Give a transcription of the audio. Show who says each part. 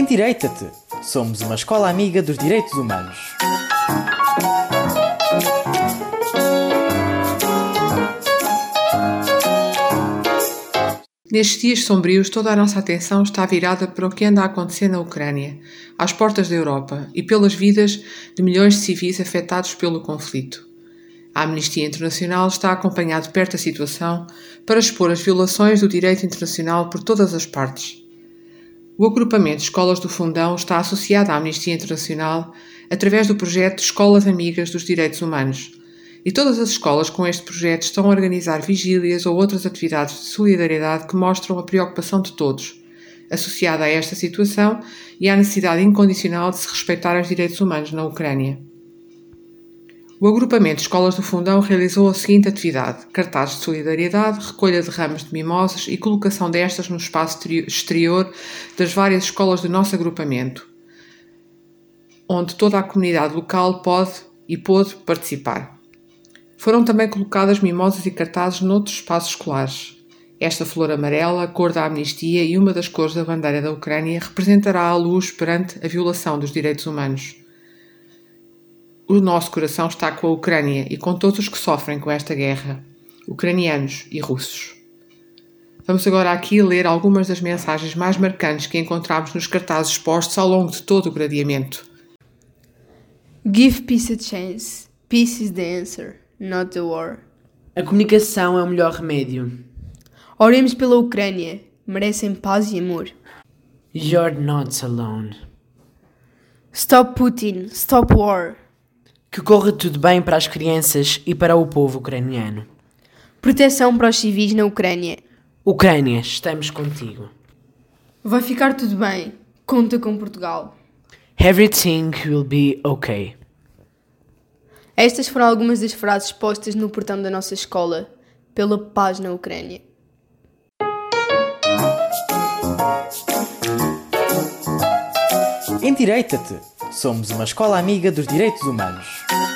Speaker 1: Endireita-te! Somos uma escola amiga dos direitos humanos.
Speaker 2: Nestes dias sombrios, toda a nossa atenção está virada para o que anda a acontecer na Ucrânia, às portas da Europa e pelas vidas de milhões de civis afetados pelo conflito. A Amnistia Internacional está a acompanhar de perto a situação para expor as violações do direito internacional por todas as partes. O agrupamento de Escolas do Fundão está associado à Amnistia Internacional através do projeto Escolas Amigas dos Direitos Humanos, e todas as escolas com este projeto estão a organizar vigílias ou outras atividades de solidariedade que mostram a preocupação de todos, associada a esta situação e à necessidade incondicional de se respeitar os direitos humanos na Ucrânia. O agrupamento de Escolas do Fundão realizou a seguinte atividade: cartazes de solidariedade, recolha de ramos de mimosas e colocação destas no espaço exterior das várias escolas do nosso agrupamento, onde toda a comunidade local pode e pôde participar. Foram também colocadas mimosas e cartazes noutros espaços escolares. Esta flor amarela, cor da amnistia e uma das cores da bandeira da Ucrânia, representará a luz perante a violação dos direitos humanos. O nosso coração está com a Ucrânia e com todos os que sofrem com esta guerra, ucranianos e russos. Vamos agora aqui ler algumas das mensagens mais marcantes que encontramos nos cartazes expostos ao longo de todo o gradeamento.
Speaker 3: Give peace a chance. Peace is the answer, not the war.
Speaker 4: A comunicação é o melhor remédio.
Speaker 3: Oremos pela Ucrânia. Merecem paz e amor.
Speaker 4: You're not alone.
Speaker 3: Stop Putin. Stop war.
Speaker 4: Que corra tudo bem para as crianças e para o povo ucraniano.
Speaker 3: Proteção para os civis na Ucrânia.
Speaker 4: Ucrânia, estamos contigo.
Speaker 3: Vai ficar tudo bem. Conta com Portugal.
Speaker 4: Everything will be okay.
Speaker 3: Estas foram algumas das frases postas no portão da nossa escola pela paz na Ucrânia.
Speaker 1: Endireita-te! Somos uma escola amiga dos direitos humanos.